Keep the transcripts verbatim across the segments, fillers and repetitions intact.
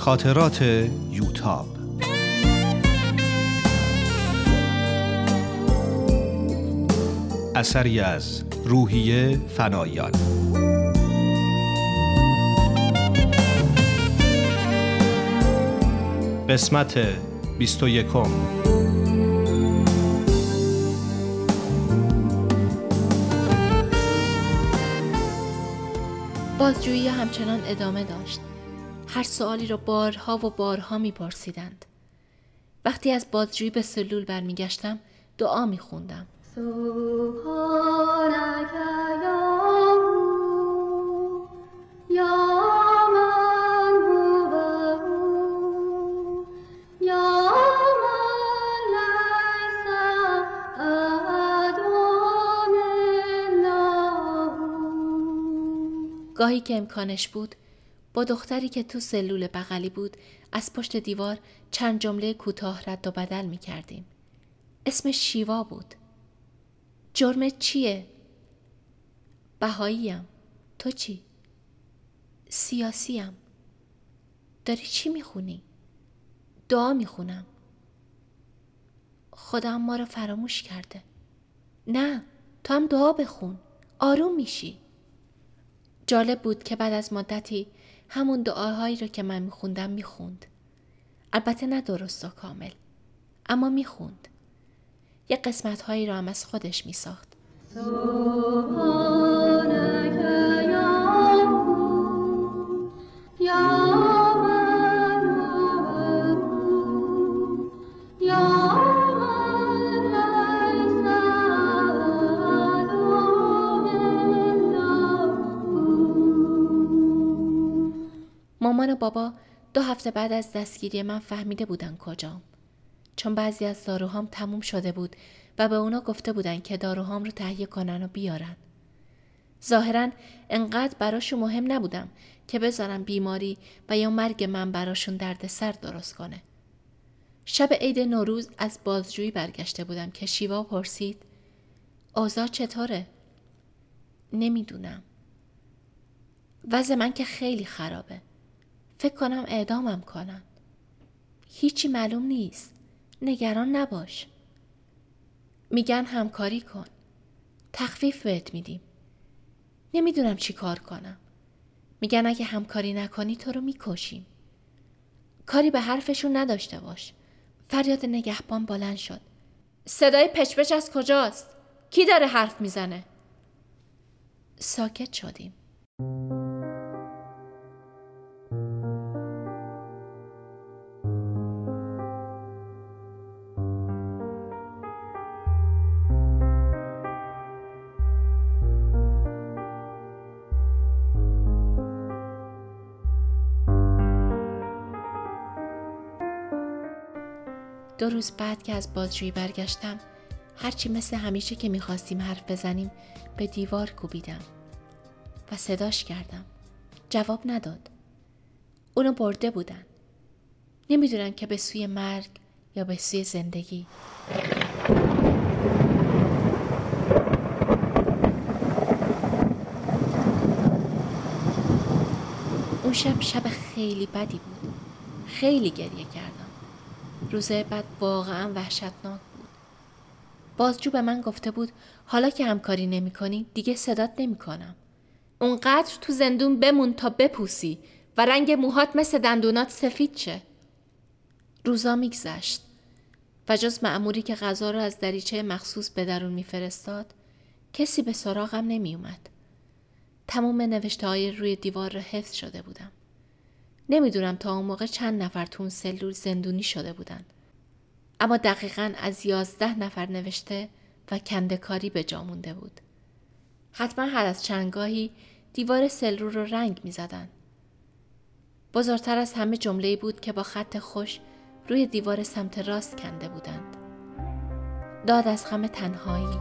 خاطرات یوتاب. اثری از روحیه فنایان. قسمت بیست و یکم. بازجویی همچنان ادامه داشت. هر سوالی را بارها و بارها می‌پرسیدند. وقتی از بازجویی به سلول برمیگشتم دعا می‌خوندم. سبحانک یا من هو یا من لیس احد الا. گاهی که امکانش بود با دختری که تو سلول بغلی بود از پشت دیوار چند جمله کوتاه رد و بدل می کردیم. اسمش شیوا بود. جرمت چیه؟ بهاییم. تو چی؟ سیاسیم. داری چی می خونی؟ دعا می خونم. خدا ما رو فراموش کرده. نه، تو هم دعا بخون. آروم میشی. جالب بود که بعد از مدتی همون دعاهایی رو که من میخوندم میخوند. البته نه درست و کامل، اما میخوند. یه قسمتهایی رو هم از خودش میساخت. سبحانک یا من یا من لیس احد الا. مامان و بابا دو هفته بعد از دستگیری من فهمیده بودن کجام. چون بعضی از داروهام تموم شده بود و به اونا گفته بودن که داروهام رو تهیه کنن و بیارن. ظاهراً انقدر براشون مهم نبودم که بذارن بیماری و یا مرگ من براشون دردسر درست کنه. شب عید نوروز از بازجویی برگشته بودم که شیوا پرسید اوضاع چطوره؟ نمیدونم. وضع من که خیلی خرابه. فکر کنم اعدامم کنن. هیچی معلوم نیست. نگران نباش. میگن همکاری کن. تخفیف بهت میدیم. نمیدونم چی کار کنم. میگن اگه همکاری نکنی تو رو میکشیم. کاری به حرفشون نداشته باش. فریاد نگهبان بلند شد. صدای پچ‌پچ از کجاست؟ کی داره حرف میزنه؟ ساکت شدیم. دو روز بعد که از بازجویی برگشتم، هرچی مثل همیشه که میخواستیم حرف بزنیم به دیوار کوبیدم و صداش کردم. جواب نداد. اونو برده بودن. نمیدونم که به سوی مرگ یا به سوی زندگی. اون شب شب خیلی بدی بود. خیلی گریه کردم. روز بعد واقعا وحشتناک بود. بازجو به من گفته بود حالا که همکاری نمی کنی دیگه صدات نمی کنم. اونقدر تو زندون بمون تا بپوسی و رنگ موهات مثل دندونات سفید شه. روزا میگذشت و جز مأموری که غذا رو از دریچه مخصوص به درون میفرستاد کسی به سراغم نمی اومد. تمام نوشته های روی دیوار را حفظ شده بودم. نمیدونم تا اون موقع چند نفر تو اون سلول زندونی شده بودن. اما دقیقاً از یازده نفر نوشته و کنده‌کاری به جا مونده بود. حتما هر از چندگاهی دیوار سلول رو رنگ می زدن. بزرگتر از همه جمله‌ای بود که با خط خوش روی دیوار سمت راست کنده بودند. داد از غم تنهایی.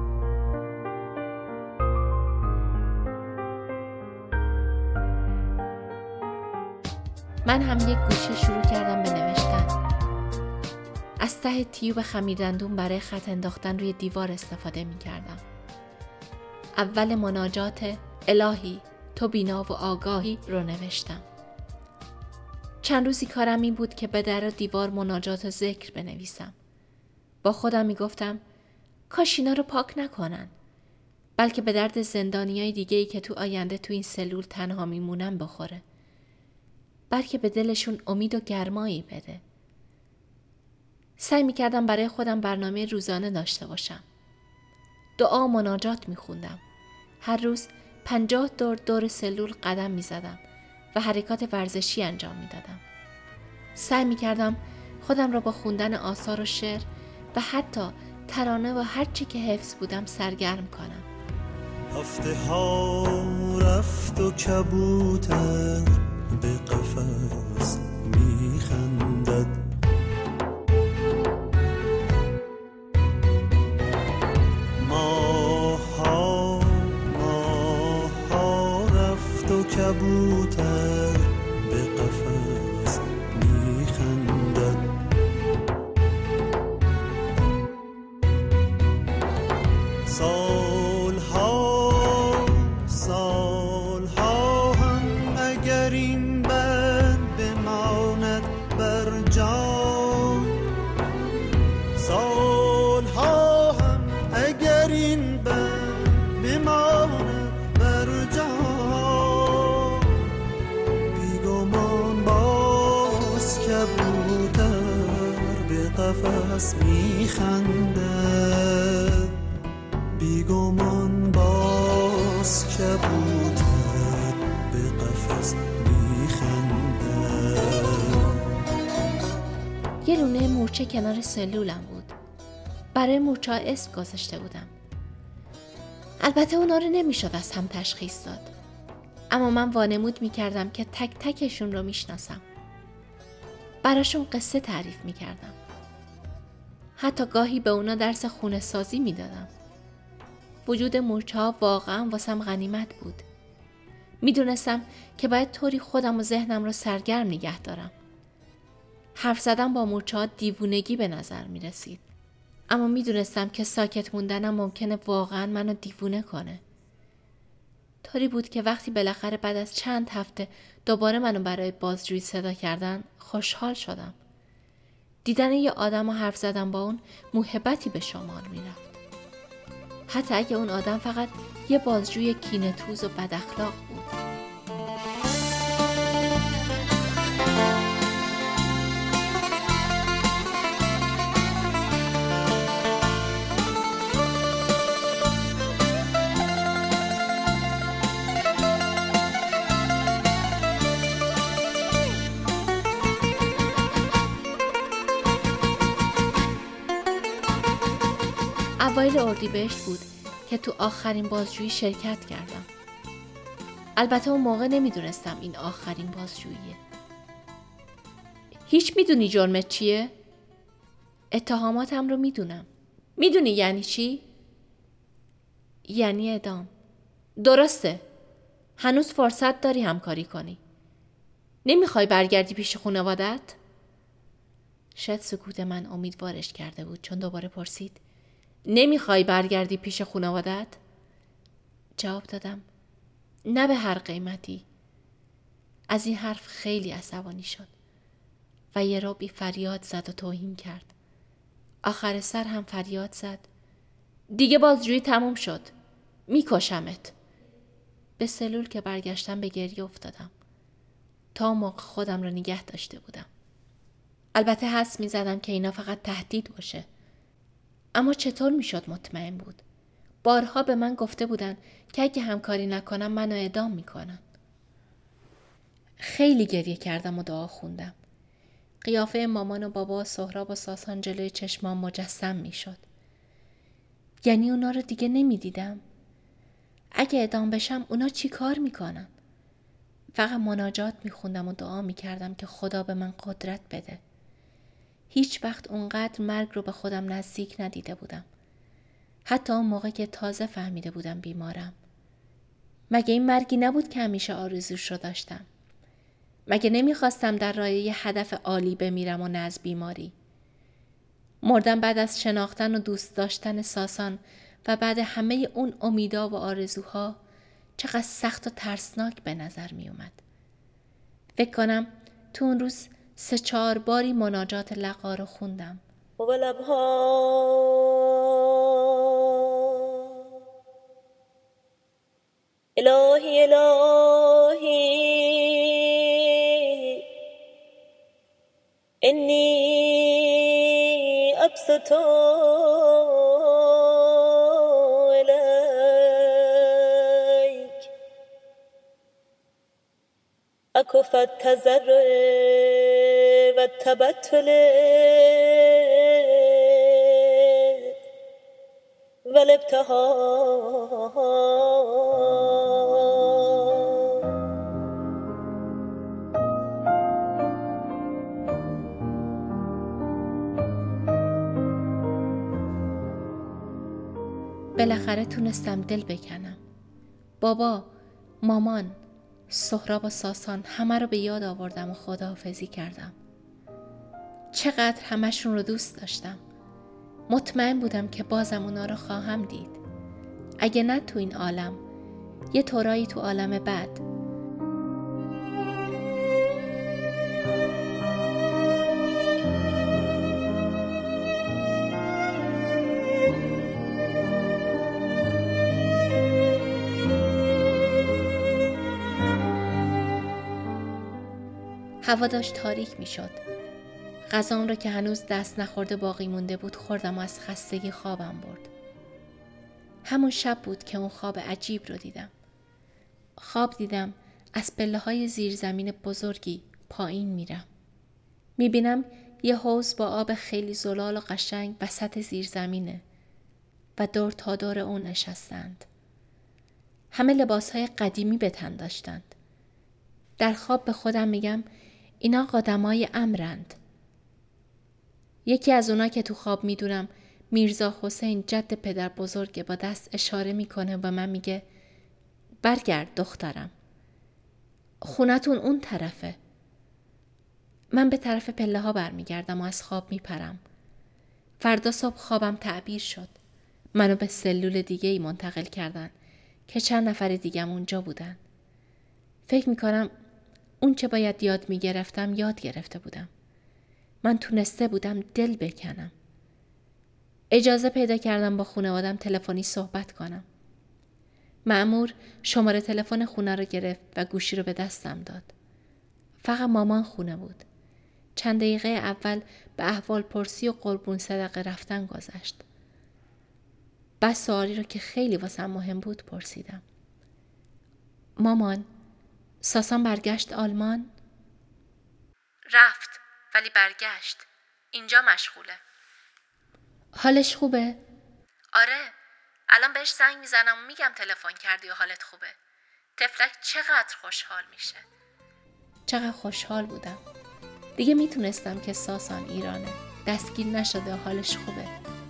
من هم یک گوشه شروع کردم به نوشتن. از ته تیوب خمیردندون برای خط انداختن روی دیوار استفاده می کردم. اول مناجات الهی تو بینا و آگاهی رو نوشتم. چند روزی کارم این بود که به در و دیوار مناجات و ذکر بنویسم. با خودم می گفتم کاش اینا رو پاک نکنن، بلکه به درد زندانیای دیگه‌ای که تو آینده تو این سلول تنها میمونن بخوره. بلکه به دلشون امید و گرمایی بده. سعی میکردم برای خودم برنامه روزانه داشته باشم. دعا و مناجات میخوندم. هر روز پنجاه دور دور سلول قدم میزدم و حرکات ورزشی انجام میدادم. سعی میکردم خودم را با خوندن آثار و شعر و حتی ترانه و هر چی که حفظ بودم سرگرم کنم. هفته ها رفت و کبوتر به قفس میخندد، ماها ماها رفت و کبوتر به قفس میخندد. سالها سالها هم اگر این بند بماند بر جان، سالها هم اگر این بند بماند بر جان، بیگمان باز کبوتر به قفس میخندد، بیگمان باز کبوتر به قفس میخندد. یه لونه مورچه کنار سلولم بود. برای مورچه ها اسم گذاشته بودم. البته اونا رو نمیشد از هم تشخیص داد، اما من وانمود میکردم که تک تکشون رو میشناسم. براشون قصه تعریف میکردم. حتی گاهی به اونا درس خونه سازی میدادم. وجود مورچه ها واقعا واسم غنیمت بود. میدونستم که باید طوری خودم و ذهنم رو سرگرم نگه دارم. حرف زدن با مورچه ها دیوونگی به نظر می رسید. اما میدونستم که ساکت موندنم ممکنه واقعا منو دیوونه کنه. طوری بود که وقتی بالاخره بعد از چند هفته دوباره منو برای بازجویی صدا کردن خوشحال شدم. دیدن یه آدم و حرف زدن با اون موهبتی به شمار می رفت. حتی اگه اون آدم فقط یه بازجوی کینه‌توز و بد اخلاق بود. اوایل اردیبهشت بود که تو آخرین بازجویی شرکت کردم. البته اون موقع نمیدونستم این آخرین بازجوییه. هیچ میدونی جرمت چیه؟ اتهاماتم رو میدونم. میدونی یعنی چی؟ یعنی اعدام. درسته. هنوز فرصت داری همکاری کنی. نمیخوای برگردی پیش خانواده‌ات؟ شاید سکوت من امیدوارش کرده بود، چون دوباره پرسید نمیخوای برگردی پیش خانواده‌ات؟ جواب دادم نه به هر قیمتی. از این حرف خیلی عصبانی شد و یه ربی فریاد زد و توهین کرد. آخر سر هم فریاد زد دیگه بازجویی تموم شد، میکشمت. به سلول که برگشتم به گریه افتادم. تا موقع خودم رو نگه داشته بودم. البته حدس میزدم که اینا فقط تهدید باشه. اما چطور میشد مطمئن بود؟ بارها به من گفته بودن که اگه همکاری نکنم منو اعدام میکنن. خیلی گریه کردم و دعا خوندم. قیافه مامان و بابا و سهراب و ساسان جلوی چشمام مجسم میشد. یعنی اونا رو دیگه نمیدیدم. اگه اعدام بشم اونا چی کار میکنن؟ فقط مناجات میخوندم و دعا میکردم که خدا به من قدرت بده. هیچ وقت اونقدر مرگ رو به خودم نزدیک ندیده بودم. حتی اون موقع که تازه فهمیده بودم بیمارم. مگه این مرگی نبود که همیشه آرزوش رو داشتم؟ مگه نمیخواستم در راه یه هدف عالی بمیرم و نه از بیماری؟ مردم بعد از شناختن و دوست داشتن ساسان و بعد همه اون امیدا و آرزوها چقدر سخت و ترسناک به نظر می اومد. فکر کنم تو اون روز سه چهار باری مناجات لقا رو خوندم. و لبها الهی الهی انی ابسط الیک اکف التضرع و التبتل و الابتهال. بالاخره تونستم دل بکنم. بابا، مامان، سهراب و ساسان همه رو به یاد آوردم و خداحافظی کردم. چقدر همشون رو دوست داشتم. مطمئن بودم که بازم اونا رو خواهم دید. اگه نه تو این عالم، یه طورایی تو عالم بعد. هوا داشت تاریک می شد. غذام رو که هنوز دست نخورده باقی مونده بود خوردم و از خستگی خوابم برد. همون شب بود که اون خواب عجیب رو دیدم. خواب دیدم از پله های زیرزمین بزرگی پایین میرم. میبینم یه حوض با آب خیلی زلال و قشنگ وسط زیرزمینه و دور تا دور اون نشستند. همه لباسهای قدیمی به تن داشتند. در خواب به خودم میگم اینا قدمای امرند. یکی از اونا که تو خواب میدونم میرزا حسین جد پدر بزرگ با دست اشاره میکنه و من میگه برگرد دخترم. خونتون اون طرفه. من به طرف پله ها برمیگردم و از خواب میپرم. فردا صبح خوابم تعبیر شد. منو به سلول دیگه ای منتقل کردن که چند نفر دیگم اونجا بودن. فکر میکنم اون چه باید یاد میگرفتم یاد گرفته بودم. من تونسته بودم دل بکنم. اجازه پیدا کردم با خانوادم تلفنی صحبت کنم. مأمور شماره تلفن خونه رو گرفت و گوشی رو به دستم داد. فقط مامان خونه بود. چند دقیقه اول به احوال پرسی و قربون صدقه رفتن گذشت. بعد سوالی رو که خیلی واسم مهم بود پرسیدم. مامان، ساسان برگشت آلمان؟ رفت ولی برگشت. اینجا مشغوله. حالش خوبه؟ آره. الان بهش زنگ میزنم و میگم تلفن کردی و حالت خوبه. تفلک چقدر خوشحال میشه. چقدر خوشحال بودم. دیگه میتونستم که ساسان ایرانه. دستگیر نشده و حالش خوبه.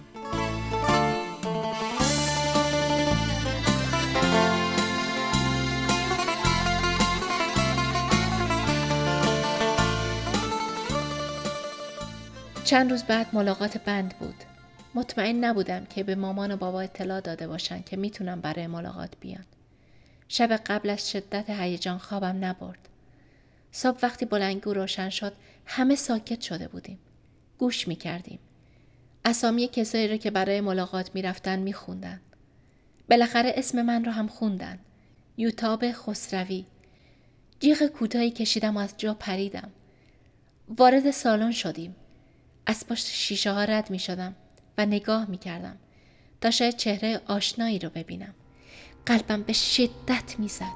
چند روز بعد ملاقات بند بود. مطمئن نبودم که به مامان و بابا اطلاع داده باشن که میتونم برای ملاقات بیان. شب قبل از شدت هیجان خوابم نبرد. صبح وقتی بلندگو روشن شد همه ساکت شده بودیم. گوش میکردیم. اسامی کسایی رو که برای ملاقات میرفتن میخوندن. بالاخره اسم من رو هم خوندن. یوتاب خسروی. جیغ کوتاهی کشیدم و از جا پریدم. وارد سالن شدیم. از پشت شیشه ها رد می شدم و نگاه می کردم تا شاید چهره آشنایی رو ببینم. قلبم به شدت می زد.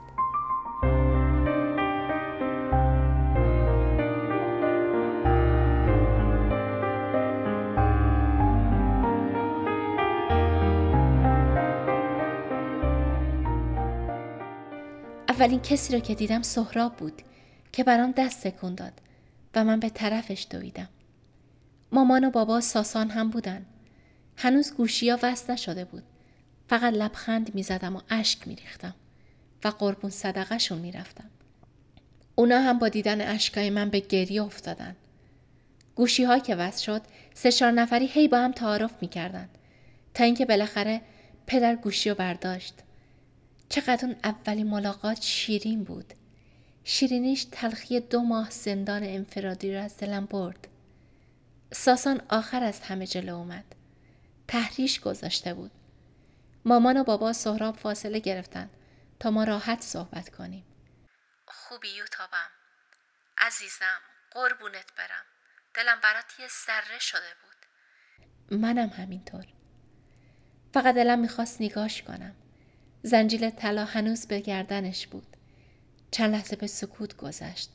اولین کسی رو که دیدم سهراب بود که برام دست تکون داد و من به طرفش دویدم. مامان و بابا ساسان هم بودن. هنوز گوشیا وصل نشده بود. فقط لبخند می زدم و اشک می ریختم و قربون صدقه شون می رفتم. اونا هم با دیدن اشکای من به گریه افتادن. گوشی ها که وصل شد سه چهار نفری هی با هم تعارف می کردن تا اینکه بالاخره پدر گوشی رو برداشت. چقدر اون اولین ملاقات شیرین بود. شیرینیش تلخی دو ماه زندان انفرادی را از دلم برد. ساسان آخر از همه جلو اومد. تحریش گذاشته بود. مامان و بابا سهراب فاصله گرفتن تا ما راحت صحبت کنیم. خوبی یوتابم عزیزم، قربونت برم، دلم برات یه ذره شده بود. منم همینطور. فقط دلم میخواست نگاش کنم. زنجیل طلا هنوز به گردنش بود. چند لحظه به سکوت گذشت.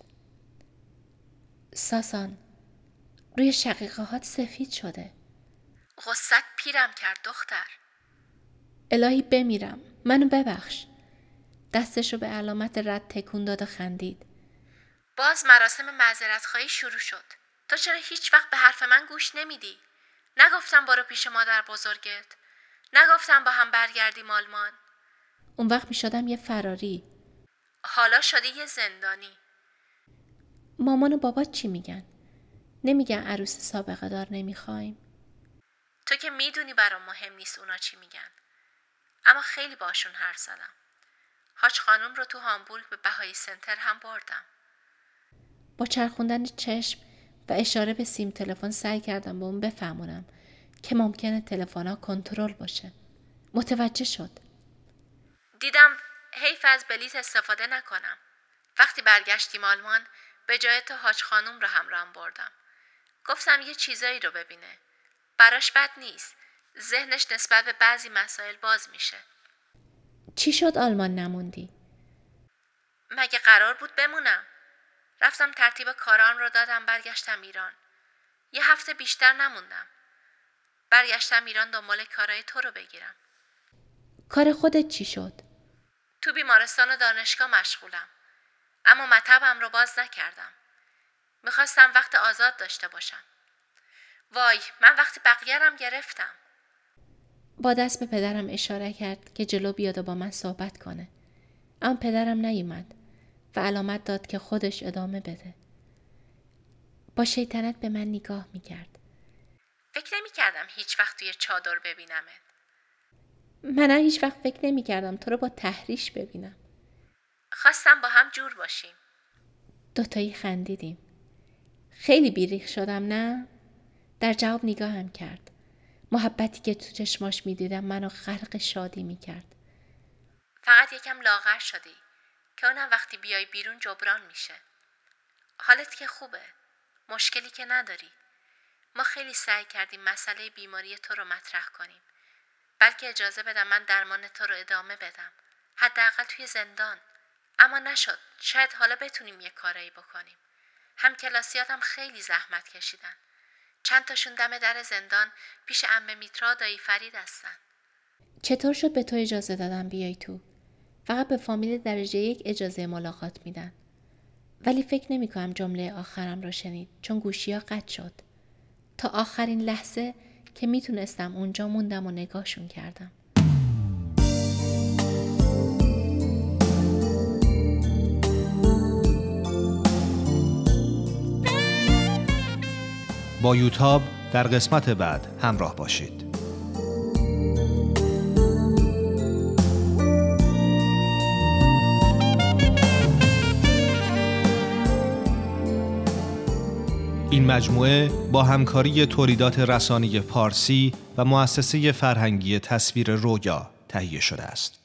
ساسان، روی شقیقه هات سفید شده. غصت پیرم کرد دختر. الهی بمیرم، منو ببخش. دستشو به علامت رد تکون داد و خندید. باز مراسم معذرت خواهی شروع شد. تو چرا هیچ وقت به حرف من گوش نمیدی؟ نگفتم برو پیش مادر بزرگت؟ نگفتم با هم برگردیم آلمان؟ اون وقت میشدم یه فراری. حالا شدی یه زندانی. مامان و بابا چی میگن؟ نمیگن عروس سابقه دار نمیخوایم؟ تو که میدونی برام مهم نیست اونا چی میگن. اما خیلی باشون حرف زدم. حاج خانم رو تو هامبورگ به بهایی سنتر هم بردم. با چرخوندن چشم و اشاره به سیم تلفن سعی کردم به اون بفهمونم که ممکنه تلفن‌ها کنترل باشه. متوجه شد. دیدم حیف از بلیت استفاده نکنم. وقتی برگشتیم آلمان به جای تو حاج خانم رو همراهم بردم. گفتم یه چیزایی رو ببینه. براش بد نیست. ذهنش نسبت به بعضی مسائل باز میشه. چی شد آلمان نموندی؟ مگه قرار بود بمونم؟ رفتم ترتیب کارام رو دادم، برگشتم ایران. یه هفته بیشتر نموندم. برگشتم ایران دنبال کارهای تو رو بگیرم. کار خودت چی شد؟ تو بیمارستان و دانشگاه مشغولم. اما مطبم رو باز نکردم. میخواستم وقت آزاد داشته باشم. وای، من وقتی بقیه رم گرفتم. با دست به پدرم اشاره کرد که جلو بیاد و با من صحبت کنه. اما پدرم نیومد و علامت داد که خودش ادامه بده. با شیطنت به من نگاه میکرد. فکر نمی کردم هیچ وقت توی چادر ببینمت. من هیچ وقت فکر نمی کردم تو رو با تحریش ببینم. خواستم با هم جور باشیم. دوتایی خندیدیم. خیلی بیریخ شدم نه؟ در جواب نگاهم کرد. محبتی که تو چشماش می دیدم منو غرق شادی می کرد. فقط یکم لاغر شدی که اونم وقتی بیای بیرون جبران میشه. حالت که خوبه. مشکلی که نداری. ما خیلی سعی کردیم مسئله بیماری تو رو مطرح کنیم. بلکه اجازه بدم من درمان تو رو ادامه بدم. حداقل توی زندان. اما نشد. شاید حالا بتونیم یه کارایی بکنیم. هم کلاسیاتم خیلی زحمت کشیدن. چند تاشون دم در زندان پیش عمه میترا دایی فرید هستن. چطور شد به تو اجازه دادم بیای تو؟ فقط به فامیل درجه یک اجازه ملاقات میدن. ولی فکر نمی کنم جمله آخرم رو شنید چون گوشی ها قطع شد. تا آخرین لحظه که میتونستم اونجا موندم و نگاهشون کردم. با یوتاب در قسمت بعد همراه باشید. این مجموعه با همکاری تولیدات رسانه‌ای پارسی و مؤسسه فرهنگی تصویر رویا تهیه شده است.